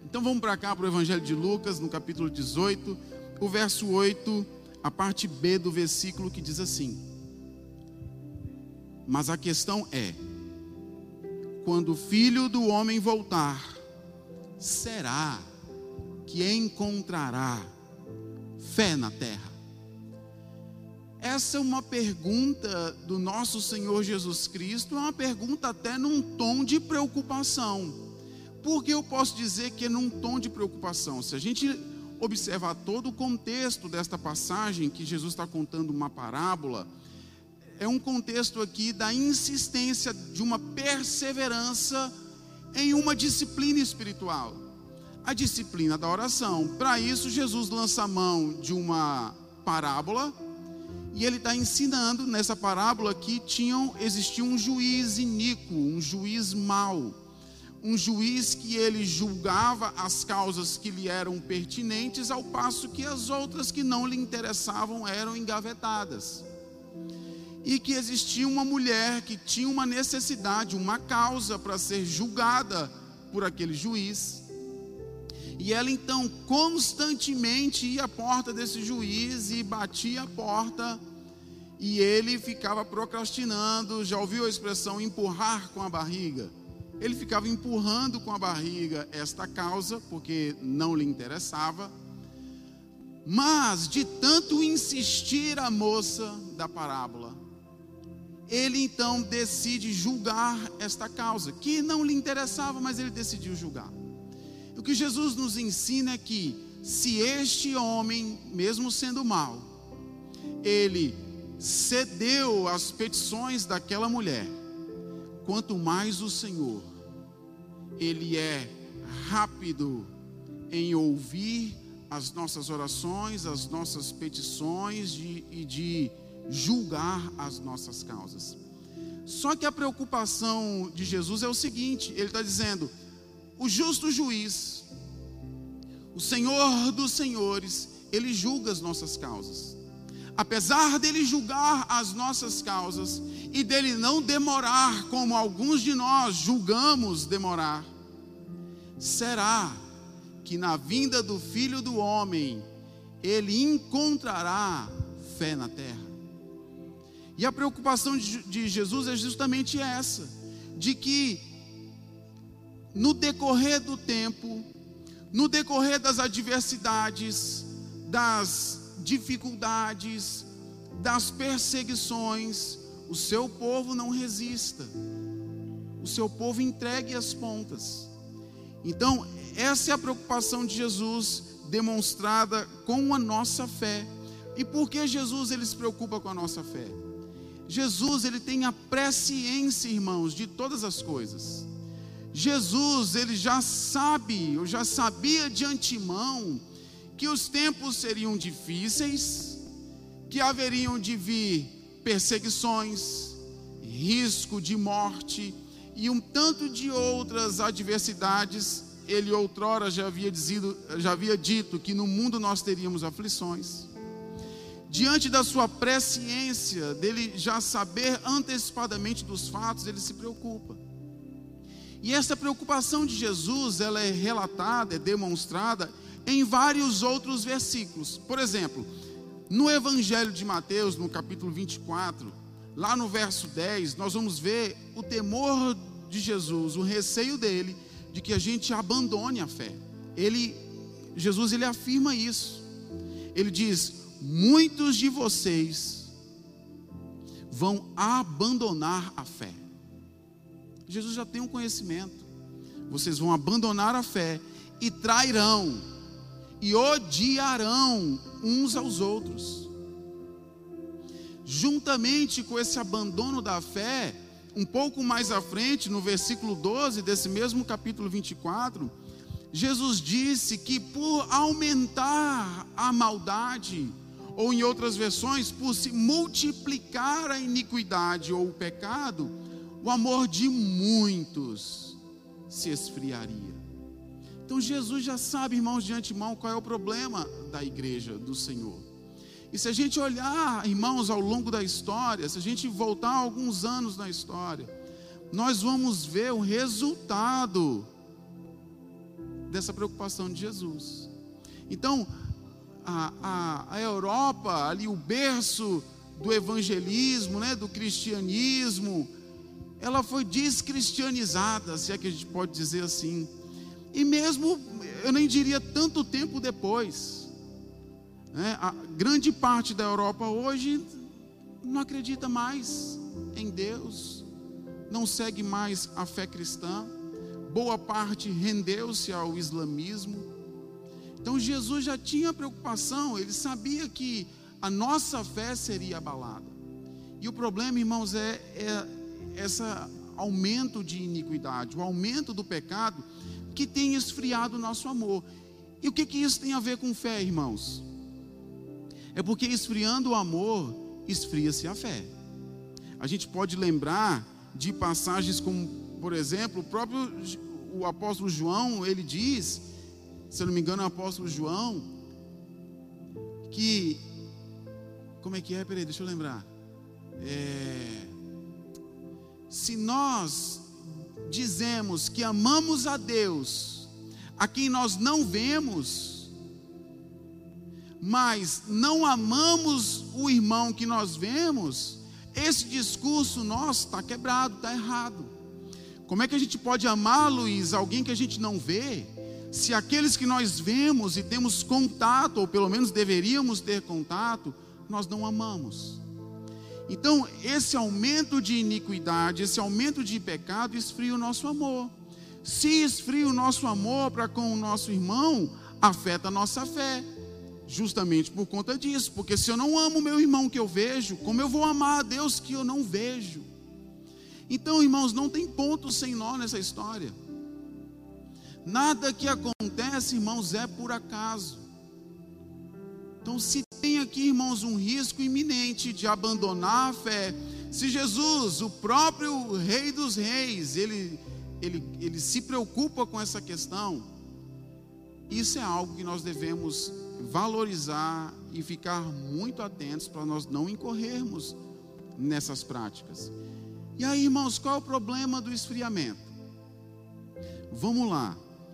Então vamos para cá, para o Evangelho de Lucas, no capítulo 18, o verso 8, a parte B do versículo, que diz assim: mas a questão é, quando o Filho do Homem voltar, será que encontrará fé na terra? Essa é uma pergunta do nosso Senhor Jesus Cristo, é uma pergunta até num tom de preocupação. Por que eu posso dizer que é num tom de preocupação? Se a gente observar todo o contexto desta passagem, que Jesus está contando uma parábola, é um contexto aqui da insistência de uma perseverança em uma disciplina espiritual, a disciplina da oração. Para isso, Jesus lança a mão de uma parábola, e ele está ensinando. Nessa parábola aqui existia um juiz iníquo, um juiz mau, um juiz que ele julgava as causas que lhe eram pertinentes, ao passo que as outras que não lhe interessavam eram engavetadas. E que existia uma mulher que tinha uma necessidade, uma causa para ser julgada por aquele juiz. E ela então constantemente ia à porta desse juiz e batia a porta, e ele ficava procrastinando. Já ouviu a expressão empurrar com a barriga? Ele ficava empurrando com a barriga esta causa, porque não lhe interessava. Mas de tanto insistir a moça da parábola, ele então decide julgar esta causa, que não lhe interessava, mas ele decidiu julgar. O que Jesus nos ensina é que, se este homem, mesmo sendo mau, ele cedeu às petições daquela mulher, quanto mais o Senhor, Ele é rápido em ouvir as nossas orações, as nossas petições e de julgar as nossas causas. Só que a preocupação de Jesus é o seguinte: ele está dizendo, o justo juiz, o Senhor dos senhores, ele julga as nossas causas. Apesar dele julgar as nossas causas e dele não demorar como alguns de nós julgamos demorar, será que na vinda do Filho do Homem ele encontrará fé na terra? E a preocupação de Jesus é justamente essa, de que no decorrer do tempo, no decorrer das adversidades, das dificuldades, das perseguições, o seu povo não resista, o seu povo entregue as pontas. Então, essa é a preocupação de Jesus, demonstrada com a nossa fé. E por que Jesus ele se preocupa com a nossa fé? Jesus ele tem a presciência, irmãos, de todas as coisas. Jesus ele já sabe, ou já sabia de antemão, que os tempos seriam difíceis, que haveriam de vir perseguições, risco de morte e um tanto de outras adversidades. Ele outrora já havia dito que no mundo nós teríamos aflições. Diante da sua presciência, dele já saber antecipadamente dos fatos, ele se preocupa. E essa preocupação de Jesus, ela é relatada, é demonstrada em vários outros versículos. Por exemplo, no Evangelho de Mateus, no capítulo 24, lá no verso 10, nós vamos ver o temor de Jesus, o receio dele, de que a gente abandone a fé. Jesus ele afirma isso. Ele diz, muitos de vocês vão abandonar a fé. Jesus já tem um conhecimento. Vocês vão abandonar a fé e trairão e odiarão uns aos outros. Juntamente com esse abandono da fé, um pouco mais à frente, no versículo 12 desse mesmo capítulo 24, Jesus disse que por aumentar a maldade, ou em outras versões, por se multiplicar a iniquidade ou o pecado, o amor de muitos se esfriaria. Então Jesus já sabe, irmãos, de antemão qual é o problema da igreja do Senhor. E se a gente olhar, irmãos, ao longo da história, se a gente voltar alguns anos na história, nós vamos ver o resultado dessa preocupação de Jesus. Então, a Europa, ali o berço do evangelismo, né, do cristianismo, ela foi descristianizada, se é que a gente pode dizer assim. E mesmo, eu nem diria tanto tempo depois, né, a grande parte da Europa hoje não acredita mais em Deus, não segue mais a fé cristã, boa parte rendeu-se ao islamismo. Então Jesus já tinha preocupação, ele sabia que a nossa fé seria abalada. E o problema, irmãos, é esse aumento de iniquidade, o aumento do pecado que tem esfriado o nosso amor. E o que isso tem a ver com fé, irmãos? É porque esfriando o amor, esfria-se a fé. A gente pode lembrar de passagens como, por exemplo, o apóstolo João, ele diz, se eu não me engano é o apóstolo João, que, como é que é? Peraí, deixa eu lembrar. Se nós dizemos que amamos a Deus, a quem nós não vemos, mas não amamos o irmão que nós vemos, esse discurso nosso está quebrado, está errado. Como é que a gente pode amar, Luiz, alguém que a gente não vê, se aqueles que nós vemos e temos contato, ou pelo menos deveríamos ter contato, nós não amamos? Então, esse aumento de iniquidade, esse aumento de pecado, esfria o nosso amor. Se esfria o nosso amor para com o nosso irmão, afeta a nossa fé. Justamente por conta disso, porque se eu não amo o meu irmão que eu vejo, como eu vou amar a Deus que eu não vejo? Então, irmãos, não tem ponto sem nó nessa história. Nada que acontece, irmãos, é por acaso. Então, se tem aqui, irmãos, um risco iminente de abandonar a fé, se Jesus, o próprio Rei dos Reis, ele se preocupa com essa questão, isso é algo que nós devemos valorizar e ficar muito atentos para nós não incorrermos nessas práticas. E aí, irmãos, qual é o problema do esfriamento? Vamos lá.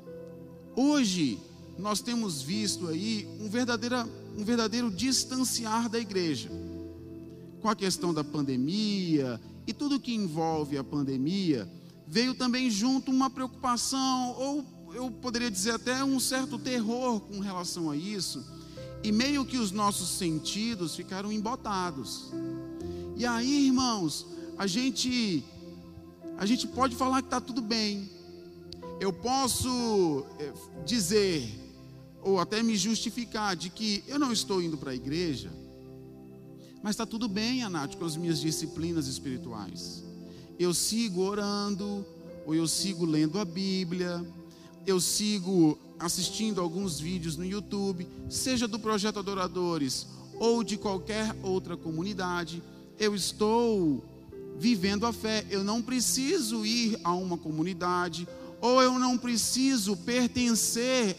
Hoje nós temos visto aí um verdadeiro distanciar da igreja, com a questão da pandemia e tudo que envolve a pandemia. Veio também junto uma preocupação, ou eu poderia dizer até um certo terror com relação a isso, e meio que os nossos sentidos ficaram embotados. E aí, irmãos, a gente pode falar que está tudo bem. Eu posso dizer, ou até me justificar, de que eu não estou indo para a igreja, mas está tudo bem, Anátia, com as minhas disciplinas espirituais. Eu sigo orando, ou eu sigo lendo a Bíblia, eu sigo assistindo alguns vídeos no YouTube, seja do Projeto Adoradores ou de qualquer outra comunidade. Eu estou vivendo a fé. Eu não preciso ir a uma comunidade, ou eu não preciso pertencer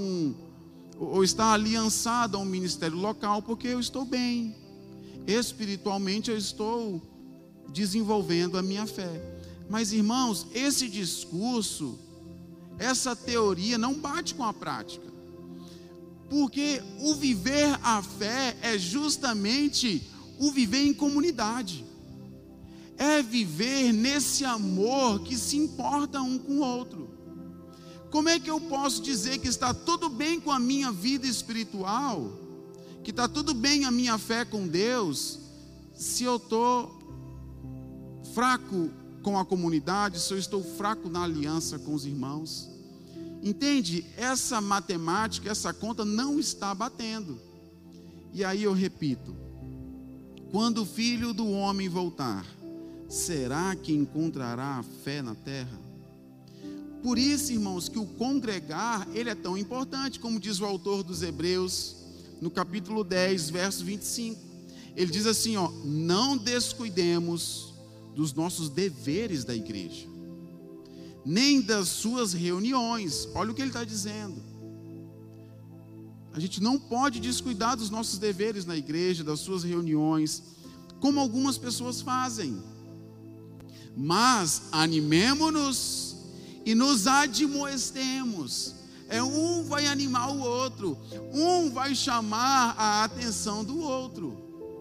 ou estar aliançado a um ministério local, porque eu estou bem. Espiritualmente eu estou desenvolvendo a minha fé. Mas, irmãos, esse discurso, essa teoria não bate com a prática, porque o viver a fé é justamente o viver em comunidade, é viver nesse amor que se importa um com o outro. Como é que eu posso dizer que está tudo bem com a minha vida espiritual, que está tudo bem a minha fé com Deus, se eu estou fraco com a comunidade, se eu estou fraco na aliança com os irmãos? Entende? Essa matemática, essa conta não está batendo. E aí eu repito: quando o Filho do Homem voltar, será que encontrará a fé na terra? Por isso, irmãos, que o congregar, ele é tão importante, como diz o autor dos Hebreus, no capítulo 10, verso 25. Ele diz assim, não descuidemos dos nossos deveres da igreja, nem das suas reuniões. Olha o que ele está dizendo. A gente não pode descuidar dos nossos deveres na igreja, das suas reuniões, como algumas pessoas fazem. Mas animemo-nos e nos admoestemos. Um vai animar o outro, um vai chamar a atenção do outro.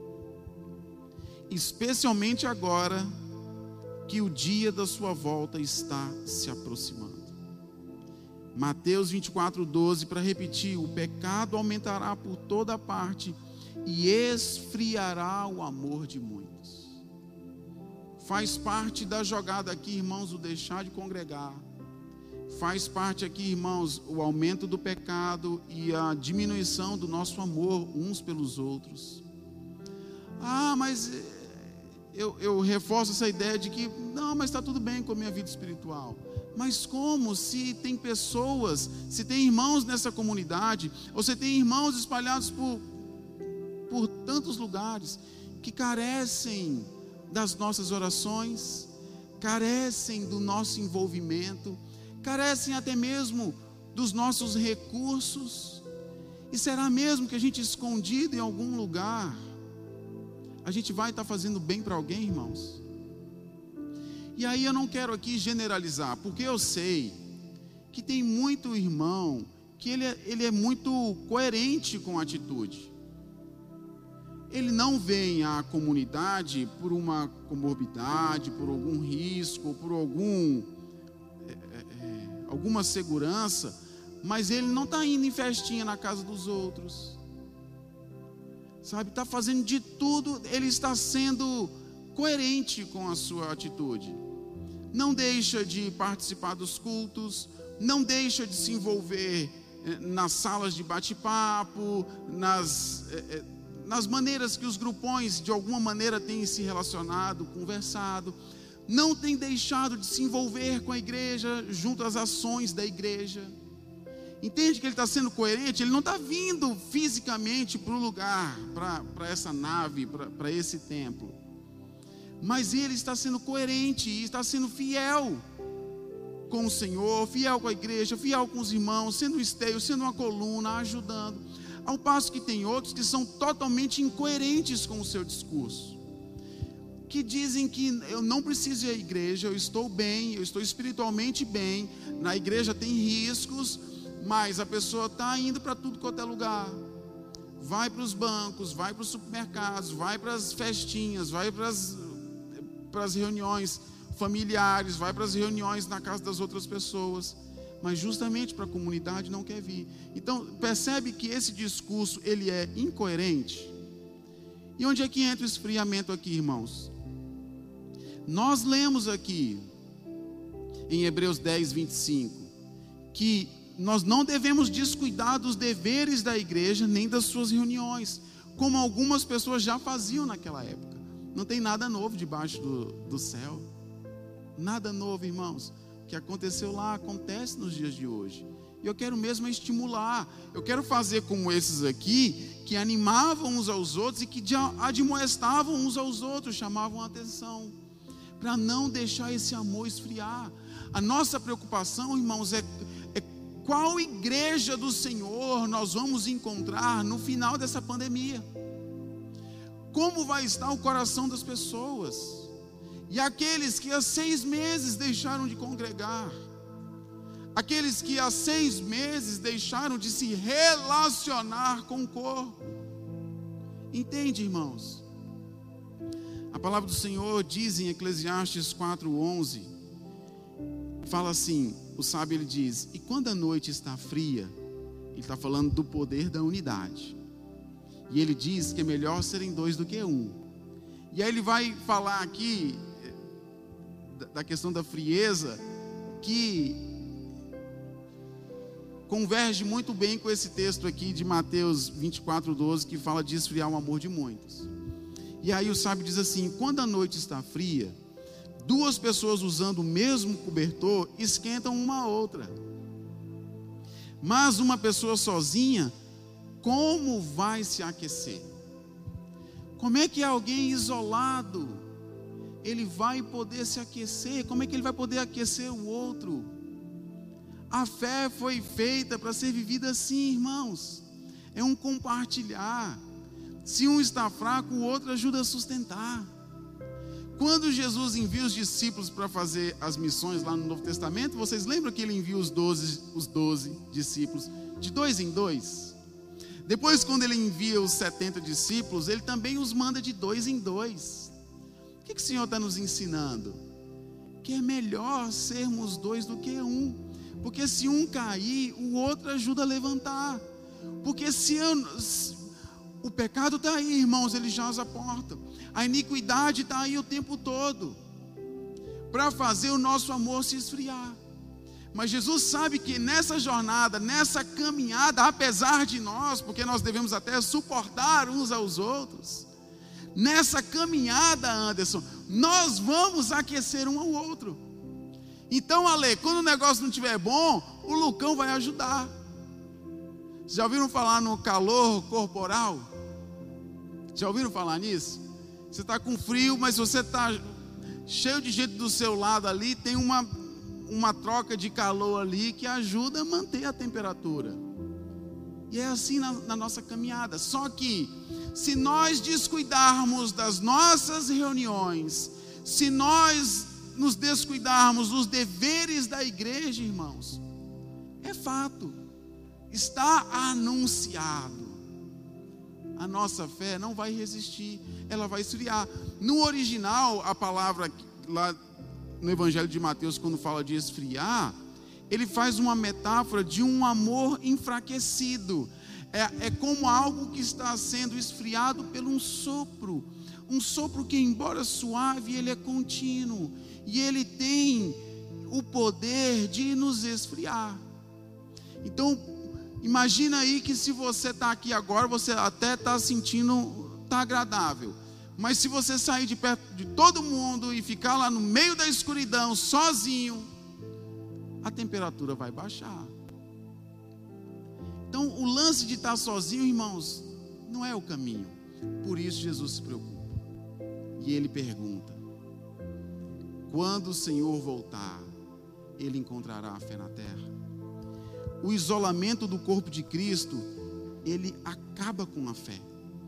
Especialmente agora que o dia da sua volta está se aproximando. Mateus 24:12, para repetir: o pecado aumentará por toda parte e esfriará o amor de muitos. Faz parte da jogada aqui, irmãos, o deixar de congregar. Faz parte aqui, irmãos, o aumento do pecado e a diminuição do nosso amor uns pelos outros. Mas eu reforço essa ideia de que, não, mas está tudo bem com a minha vida espiritual. Mas como? Se tem pessoas, se tem irmãos nessa comunidade, ou se tem irmãos espalhados por tantos lugares, que carecem das nossas orações, carecem do nosso envolvimento, carecem até mesmo dos nossos recursos. E será mesmo que a gente, escondido em algum lugar, a gente vai estar fazendo bem para alguém, irmãos? E aí eu não quero aqui generalizar, porque eu sei que tem muito irmão que ele é muito coerente com a atitude. Ele não vem à comunidade por uma comorbidade, por algum risco, por alguma segurança, mas ele não está indo em festinha na casa dos outros, sabe? Está fazendo de tudo, ele está sendo coerente com a sua atitude. Não deixa de participar dos cultos, não deixa de se envolver nas salas de bate-papo, nas maneiras que os grupões de alguma maneira têm se relacionado, conversado. Não tem deixado de se envolver com a igreja, junto às ações da igreja. Entende que ele está sendo coerente? Ele não está vindo fisicamente para o lugar, para essa nave, para esse templo. Mas ele está sendo coerente e está sendo fiel com o Senhor, fiel com a igreja, fiel com os irmãos, sendo um esteio, sendo uma coluna, ajudando. Ao passo que tem outros que são totalmente incoerentes com o seu discurso, que dizem que eu não preciso ir à igreja, eu estou bem, eu estou espiritualmente bem, na igreja tem riscos, mas a pessoa está indo para tudo quanto é lugar. Vai para os bancos, vai para os supermercados, vai para as festinhas, vai para as reuniões familiares, vai para as reuniões na casa das outras pessoas, mas justamente para a comunidade não quer vir. Então percebe que esse discurso ele é incoerente. E onde é que entra o esfriamento aqui, irmãos? Nós lemos aqui em Hebreus 10:25 que nós não devemos descuidar dos deveres da igreja nem das suas reuniões, como algumas pessoas já faziam naquela época. Não tem nada novo debaixo do céu. Nada novo, irmãos. O que aconteceu lá acontece nos dias de hoje. E eu quero mesmo estimular. Eu quero fazer como esses aqui, que animavam uns aos outros e que admoestavam uns aos outros, chamavam a atenção, para não deixar esse amor esfriar. A nossa preocupação, irmãos, é qual igreja do Senhor nós vamos encontrar no final dessa pandemia. Como vai estar o coração das pessoas? E aqueles que há 6 meses deixaram de congregar, aqueles que há 6 meses deixaram de se relacionar com o corpo. Entende, irmãos? A palavra do Senhor diz em Eclesiastes 4:11, fala assim, o sábio ele diz: e quando a noite está fria, ele está falando do poder da unidade, e ele diz que é melhor serem 2 do que 1. E aí ele vai falar aqui da questão da frieza, que converge muito bem com esse texto aqui de Mateus 24:12, que fala de esfriar o amor de muitos. E aí o sábio diz assim: quando a noite está fria, 2 pessoas usando o mesmo cobertor esquentam uma a outra. Mas uma pessoa sozinha, como vai se aquecer? Como é que alguém isolado, ele vai poder se aquecer? Como é que ele vai poder aquecer o outro? A fé foi feita para ser vivida assim, irmãos. É um compartilhar. Se um está fraco, o outro ajuda a sustentar. Quando Jesus envia os discípulos para fazer as missões lá no Novo Testamento, vocês lembram que ele envia os 12 discípulos de 2 em 2? Depois, quando ele envia os 70 discípulos, ele também os manda de 2 em 2. O que o Senhor está nos ensinando? Que é melhor sermos 2 do que 1. Porque se um cair, o outro ajuda a levantar. Porque o pecado está aí, irmãos, ele jaz à porta. A iniquidade está aí o tempo todo, para fazer o nosso amor se esfriar. Mas Jesus sabe que nessa jornada, nessa caminhada, apesar de nós, porque nós devemos até suportar uns aos outros, nessa caminhada, Anderson, nós vamos aquecer um ao outro. Então, Ale, quando o negócio não estiver bom, o Lucão vai ajudar. Já ouviram falar no calor corporal? Já ouviram falar nisso? Você está com frio, mas você está cheio de gente do seu lado ali, tem uma troca de calor ali que ajuda a manter a temperatura. E é assim na nossa caminhada. Só que, se nós descuidarmos das nossas reuniões, se nós nos descuidarmos dos deveres da igreja, irmãos, é fato, está anunciado. A nossa fé não vai resistir, ela vai esfriar. No original, a palavra lá no Evangelho de Mateus, quando fala de esfriar, ele faz uma metáfora de um amor enfraquecido. É como algo que está sendo esfriado por um sopro que, embora suave, ele é contínuo, e ele tem o poder de nos esfriar. Então, imagina aí que se você está aqui agora, você até está sentindo, está agradável. Mas se você sair de perto de todo mundo e ficar lá no meio da escuridão, sozinho, a temperatura vai baixar. Então, o lance de estar sozinho, irmãos, não é o caminho. Por isso Jesus se preocupa. E ele pergunta: quando o Senhor voltar, ele encontrará a fé na terra? O isolamento do corpo de Cristo, ele acaba com a fé.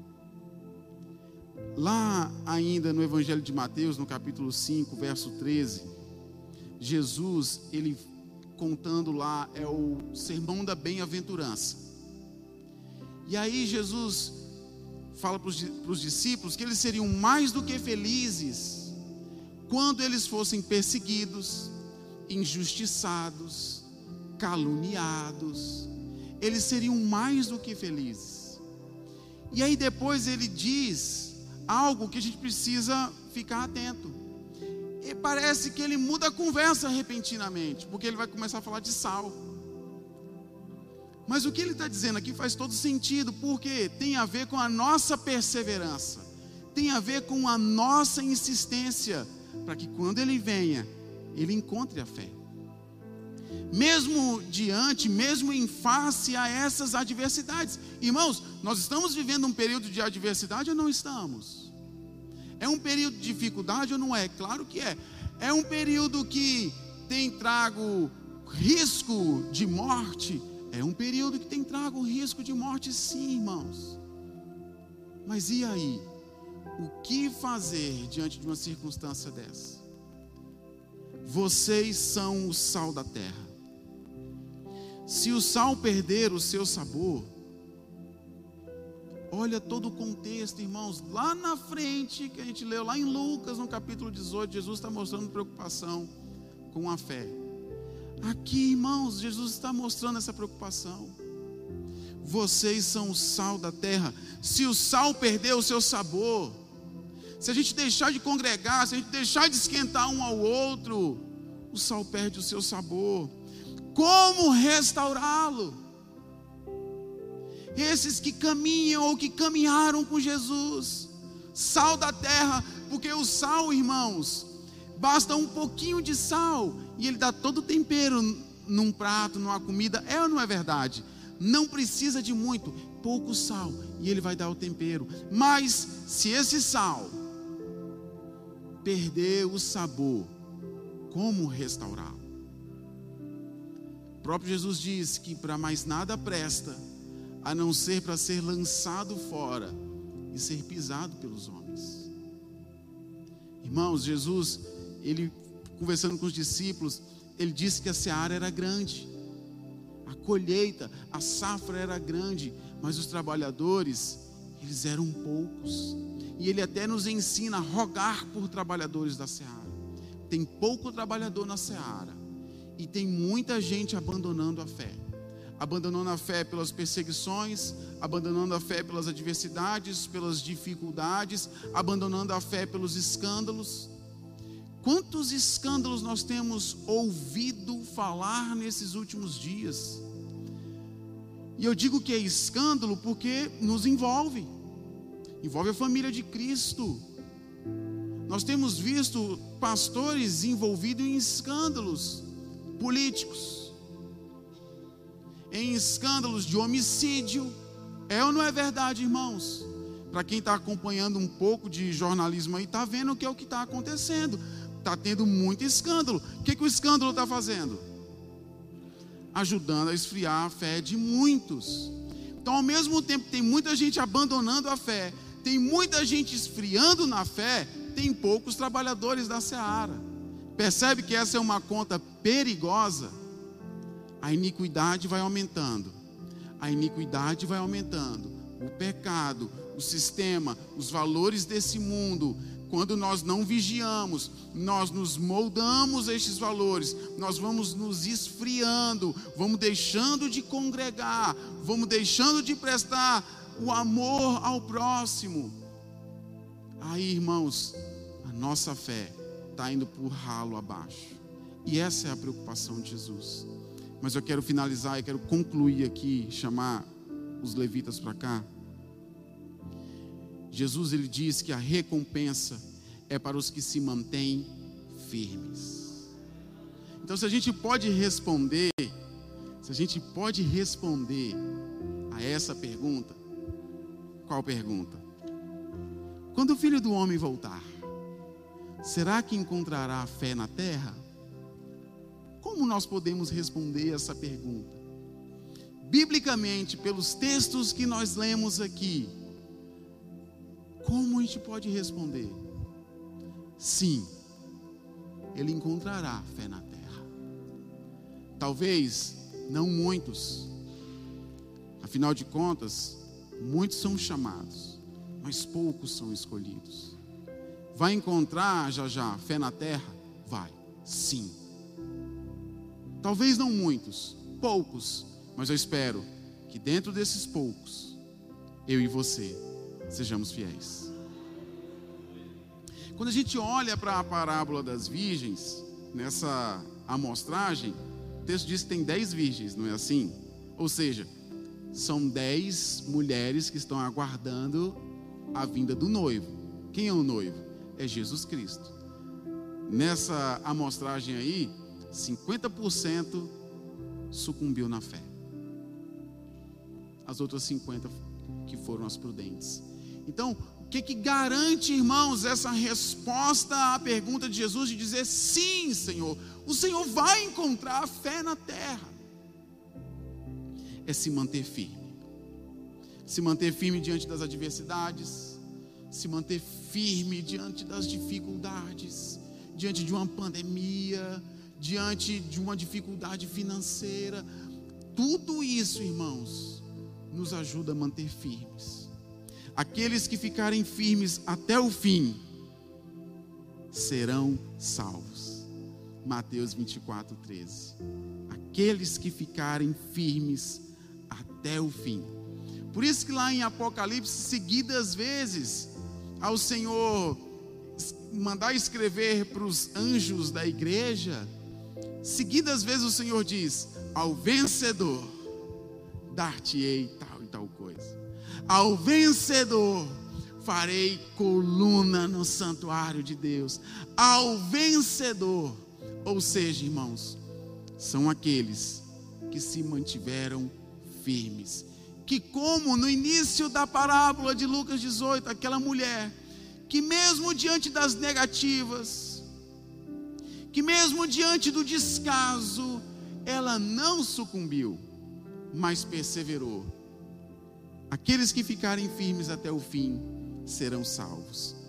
Lá ainda no Evangelho de Mateus, no capítulo 5, verso 13, Jesus, ele contando lá, é o sermão da bem-aventurança. E aí Jesus fala para os discípulos que eles seriam mais do que felizes quando eles fossem perseguidos, injustiçados, caluniados. Eles seriam mais do que felizes. E aí depois ele diz algo que a gente precisa ficar atento. E parece que ele muda a conversa repentinamente, porque ele vai começar a falar de sal. Mas o que ele está dizendo aqui faz todo sentido, porque tem a ver com a nossa perseverança, tem a ver com a nossa insistência, para que quando ele venha, ele encontre a fé. Mesmo em face a essas adversidades. Irmãos, nós estamos vivendo um período de adversidade ou não estamos? É um período de dificuldade ou não é? Claro que é. É um período que tem trago risco de morte? É um período que tem trago risco de morte, sim, irmãos. Mas e aí? O que fazer diante de uma circunstância dessa? Vocês são o sal da terra. Se o sal perder o seu sabor, olha todo o contexto, irmãos, lá na frente, que a gente leu lá em Lucas, no capítulo 18, Jesus está mostrando preocupação com a fé. Aqui, irmãos, Jesus está mostrando essa preocupação. Vocês são o sal da terra. Se o sal perder o seu sabor, se a gente deixar de congregar, se a gente deixar de esquentar um ao outro, o sal perde o seu sabor. Como restaurá-lo? Esses que caminham ou que caminharam com Jesus, sal da terra, porque o sal, irmãos, basta um pouquinho de sal e ele dá todo o tempero num prato, numa comida. É ou não é verdade? Não precisa de muito, pouco sal e ele vai dar o tempero. Mas se esse sal perder o sabor, como restaurá-lo? O próprio Jesus diz que para mais nada presta, a não ser para ser lançado fora e ser pisado pelos homens. Irmãos, Jesus, ele conversando com os discípulos, ele disse que a seara era grande, a colheita, a safra era grande, mas os trabalhadores, eles eram poucos. E ele até nos ensina a rogar por trabalhadores da seara. Tem pouco trabalhador na seara, e tem muita gente abandonando a fé. Abandonando a fé pelas perseguições, abandonando a fé pelas adversidades, pelas dificuldades, abandonando a fé pelos escândalos. Quantos escândalos nós temos ouvido falar nesses últimos dias? E eu digo que é escândalo porque nos envolve a família de Cristo. Nós temos visto pastores envolvidos em escândalos políticos, em escândalos de homicídio. É ou não é verdade, irmãos? Para quem está acompanhando um pouco de jornalismo aí, está vendo o que é o que está acontecendo. Está tendo muito escândalo. O que o escândalo está fazendo? Ajudando a esfriar a fé de muitos. Então, ao mesmo tempo que tem muita gente abandonando a fé, tem muita gente esfriando na fé, tem poucos trabalhadores da seara. Percebe que essa é uma conta perigosa? A iniquidade vai aumentando, a iniquidade vai aumentando, o pecado, o sistema, os valores desse mundo. Quando nós não vigiamos, nós nos moldamos a estes valores, nós vamos nos esfriando, vamos deixando de congregar, vamos deixando de prestar o amor ao próximo. Aí, irmãos, a nossa fé está indo por ralo abaixo, e essa é a preocupação de Jesus. Mas eu quero finalizar, eu quero concluir aqui, chamar os levitas para cá. Jesus, ele diz que a recompensa é para os que se mantêm firmes. Então, se a gente pode responder a essa pergunta, qual pergunta? Quando o Filho do Homem voltar, será que encontrará fé na terra? Como nós podemos responder essa pergunta? Biblicamente, pelos textos que nós lemos aqui, como a gente pode responder? Sim, ele encontrará fé na terra. Talvez não muitos, afinal de contas, muitos são chamados, mas poucos são escolhidos. Vai encontrar já fé na terra? Vai, sim. Talvez não muitos, poucos, mas eu espero que dentro desses poucos, eu e você sejamos fiéis. Quando a gente olha para a parábola das virgens, nessa amostragem, o texto diz que tem 10 virgens, não é assim? Ou seja, são 10 mulheres que estão aguardando a vinda do noivo. Quem é o noivo? É Jesus Cristo. Nessa amostragem aí, 50% sucumbiu na fé. As outras 50% que foram as prudentes. Então, o que garante, irmãos, essa resposta à pergunta de Jesus de dizer sim, Senhor, o Senhor vai encontrar a fé na terra? É se manter firme. Se manter firme diante das adversidades, se manter firme diante das dificuldades, diante de uma pandemia, diante de uma dificuldade financeira. Tudo isso, irmãos, nos ajuda a manter firmes. Aqueles que ficarem firmes até o fim serão salvos. Mateus 24:13. Aqueles que ficarem firmes até o fim. Por isso que lá em Apocalipse, seguidas vezes, ao Senhor mandar escrever para os anjos da igreja, seguidas vezes o Senhor diz: ao vencedor dar-te-ei tal e tal coisa. Ao vencedor farei coluna no santuário de Deus. Ao vencedor. Ou seja, irmãos, são aqueles que se mantiveram firmes, que, como no início da parábola de Lucas 18, aquela mulher que mesmo diante das negativas, que mesmo diante do descaso, ela não sucumbiu, mas perseverou. Aqueles que ficarem firmes até o fim serão salvos.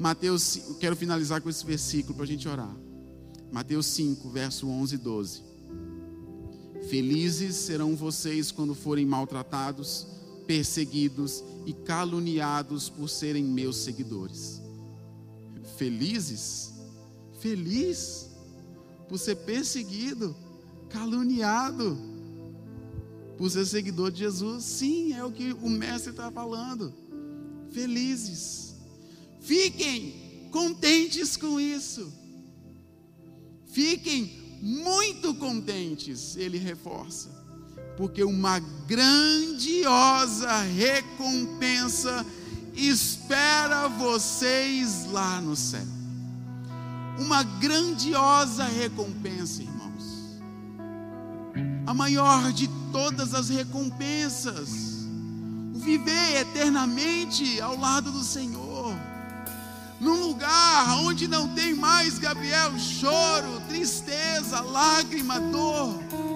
Mateus, quero finalizar com esse versículo para a gente orar. Mateus 5, verso 11 e 12. Felizes serão vocês quando forem maltratados, perseguidos e caluniados por serem meus seguidores. Felizes? Feliz por ser perseguido, caluniado, por ser seguidor de Jesus. Sim, é o que o mestre está falando. Felizes. Fiquem contentes com isso. Fiquem muito contentes, ele reforça, porque uma grandiosa recompensa espera vocês lá no céu. Uma grandiosa recompensa, irmãos. A maior de todas as recompensas. Viver eternamente ao lado do Senhor. Num lugar onde não tem mais, Gabriel, choro, tristeza, lágrima, dor.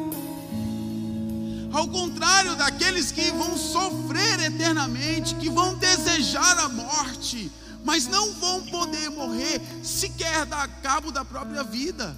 Ao contrário daqueles que vão sofrer eternamente, que vão desejar a morte, mas não vão poder morrer, sequer dar cabo da própria vida.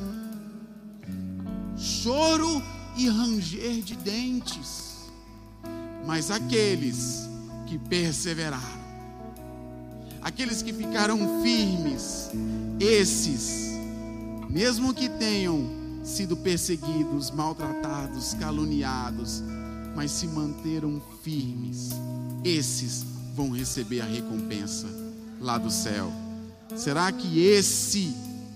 Choro e ranger de dentes. Mas aqueles que perseveraram, aqueles que ficaram firmes, esses, mesmo que tenham sido perseguidos, maltratados, caluniados, mas se manteram firmes, esses vão receber a recompensa lá do céu. Será que esse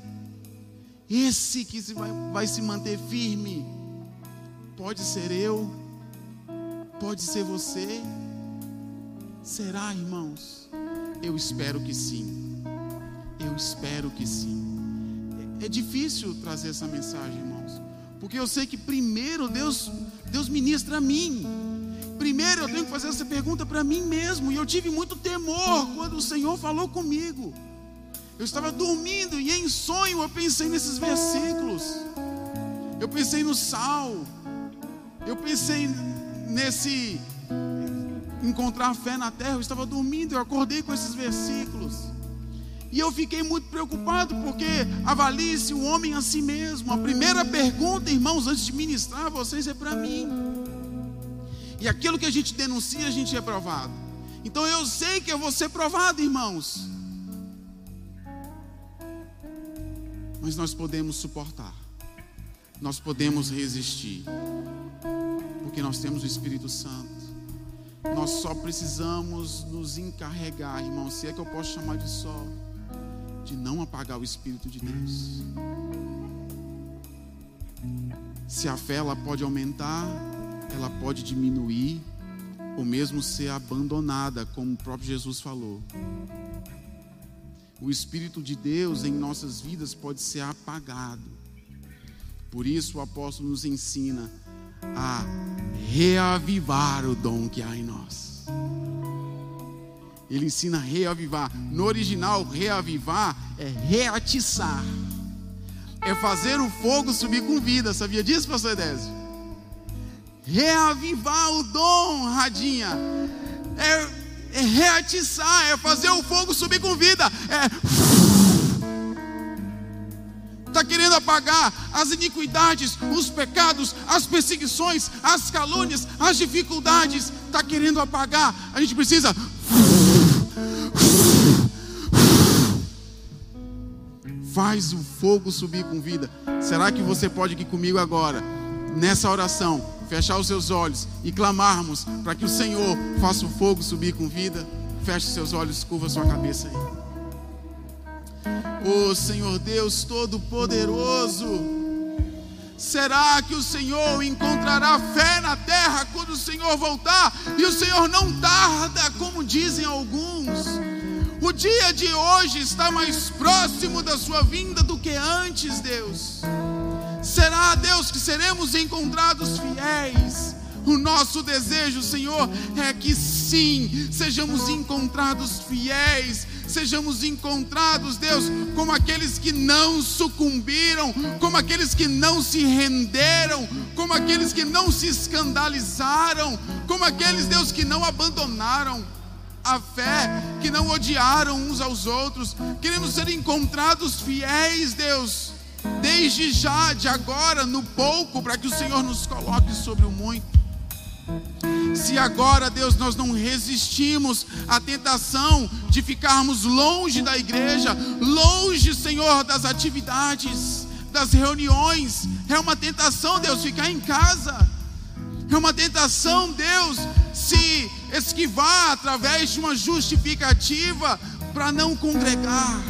que vai se manter firme, pode ser eu? Pode ser você? Será, irmãos? Eu espero que sim. Eu espero que sim. É difícil trazer essa mensagem, irmãos, porque eu sei que primeiro Deus ministra a mim. Primeiro eu tenho que fazer essa pergunta para mim mesmo. E eu tive muito temor quando o Senhor falou comigo. Eu estava dormindo e em sonho eu pensei nesses versículos. Eu pensei no sal. Eu pensei nesse encontrar fé na terra. Eu estava dormindo, eu acordei com esses versículos. E eu fiquei muito preocupado, porque avalie-se o homem a si mesmo. A primeira pergunta, irmãos, antes de ministrar a vocês, é para mim. E aquilo que a gente denuncia, a gente é provado. Então eu sei que eu vou ser provado, irmãos. Mas nós podemos suportar. Nós podemos resistir. Porque nós temos o Espírito Santo. Nós só precisamos nos encarregar, irmão, se é que eu posso chamar de só, de não apagar o Espírito de Deus. Se a fé ela pode aumentar, ela pode diminuir, ou mesmo ser abandonada, como o próprio Jesus falou. O Espírito de Deus em nossas vidas pode ser apagado. Por isso o apóstolo nos ensina a reavivar o dom que há em nós. Ele ensina a reavivar. No original, reavivar é reatiçar, é fazer o fogo subir com vida. Sabia disso, pastor Edésio? Reavivar o dom, Radinha, é reatiçar, é fazer o fogo subir com vida. Está querendo apagar as iniquidades, os pecados, as perseguições, as calúnias, as dificuldades. Está querendo apagar. A gente precisa faz o fogo subir com vida. Será que você pode aqui comigo agora, nessa oração, fechar os seus olhos e clamarmos para que o Senhor faça o fogo subir com vida? Feche seus olhos, curva sua cabeça aí. Oh Senhor Deus Todo-Poderoso, será que o Senhor encontrará fé na terra quando o Senhor voltar? E o Senhor não tarda, como dizem alguns. O dia de hoje está mais próximo da sua vinda do que antes, Deus. Será, Deus, que seremos encontrados fiéis? O nosso desejo, Senhor, é que sim, sejamos encontrados fiéis, sejamos encontrados, Deus, como aqueles que não sucumbiram, como aqueles que não se renderam, como aqueles que não se escandalizaram, como aqueles, Deus, que não abandonaram. a fé, que não odiaram uns aos outros. Queremos ser encontrados fiéis, Deus, desde já, de agora, no pouco, para que o Senhor nos coloque sobre o muito. Se agora, Deus, nós não resistimos à tentação de ficarmos longe da igreja, longe, Senhor, das atividades, das reuniões, é uma tentação, Deus, ficar em casa, é uma tentação, Deus, se esquivar através de uma justificativa para não congregar.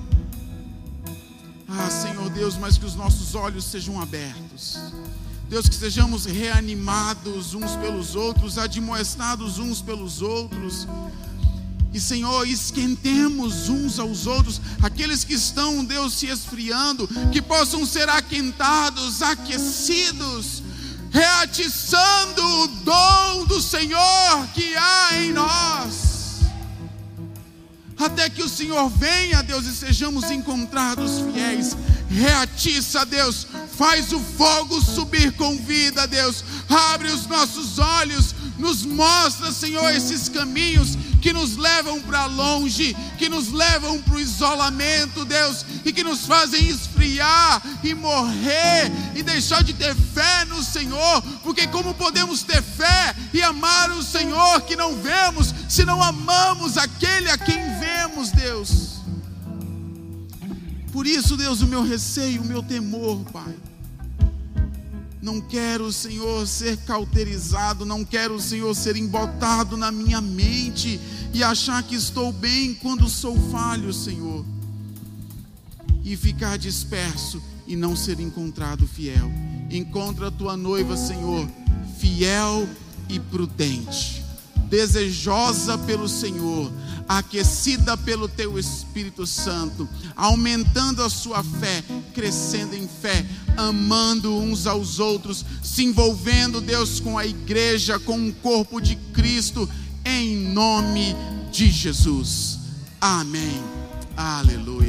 Ah, Senhor Deus, mas que os nossos olhos sejam abertos, Deus, que sejamos reanimados uns pelos outros, admoestados uns pelos outros. E, Senhor, esquentemos uns aos outros. Aqueles que estão, Deus, se esfriando, que possam ser aquentados, aquecidos, reatiçando o dom do Senhor que há em nós. Até que o Senhor venha, Deus, e sejamos encontrados fiéis. Reatiça, Deus, faz o fogo subir com vida, Deus. Abre os nossos olhos, nos mostra, Senhor, esses caminhos que nos levam para longe, que nos levam para o isolamento, Deus, e que nos fazem esfriar e morrer e deixar de ter fé no Senhor. Porque como podemos ter fé e amar o Senhor que não vemos, se não amamos aquele a quem vemos, Deus? Por isso, Deus, o meu receio, o meu temor, Pai, não quero, Senhor, ser cauterizado, não quero, Senhor, ser embotado na minha mente e achar que estou bem quando sou falho, Senhor, e ficar disperso e não ser encontrado fiel. Encontra a tua noiva, Senhor, fiel e prudente, desejosa pelo Senhor, aquecida pelo teu Espírito Santo, aumentando a sua fé, crescendo em fé, amando uns aos outros, se envolvendo, Deus, com a igreja, com o corpo de Cristo, em nome de Jesus. Amém. Aleluia.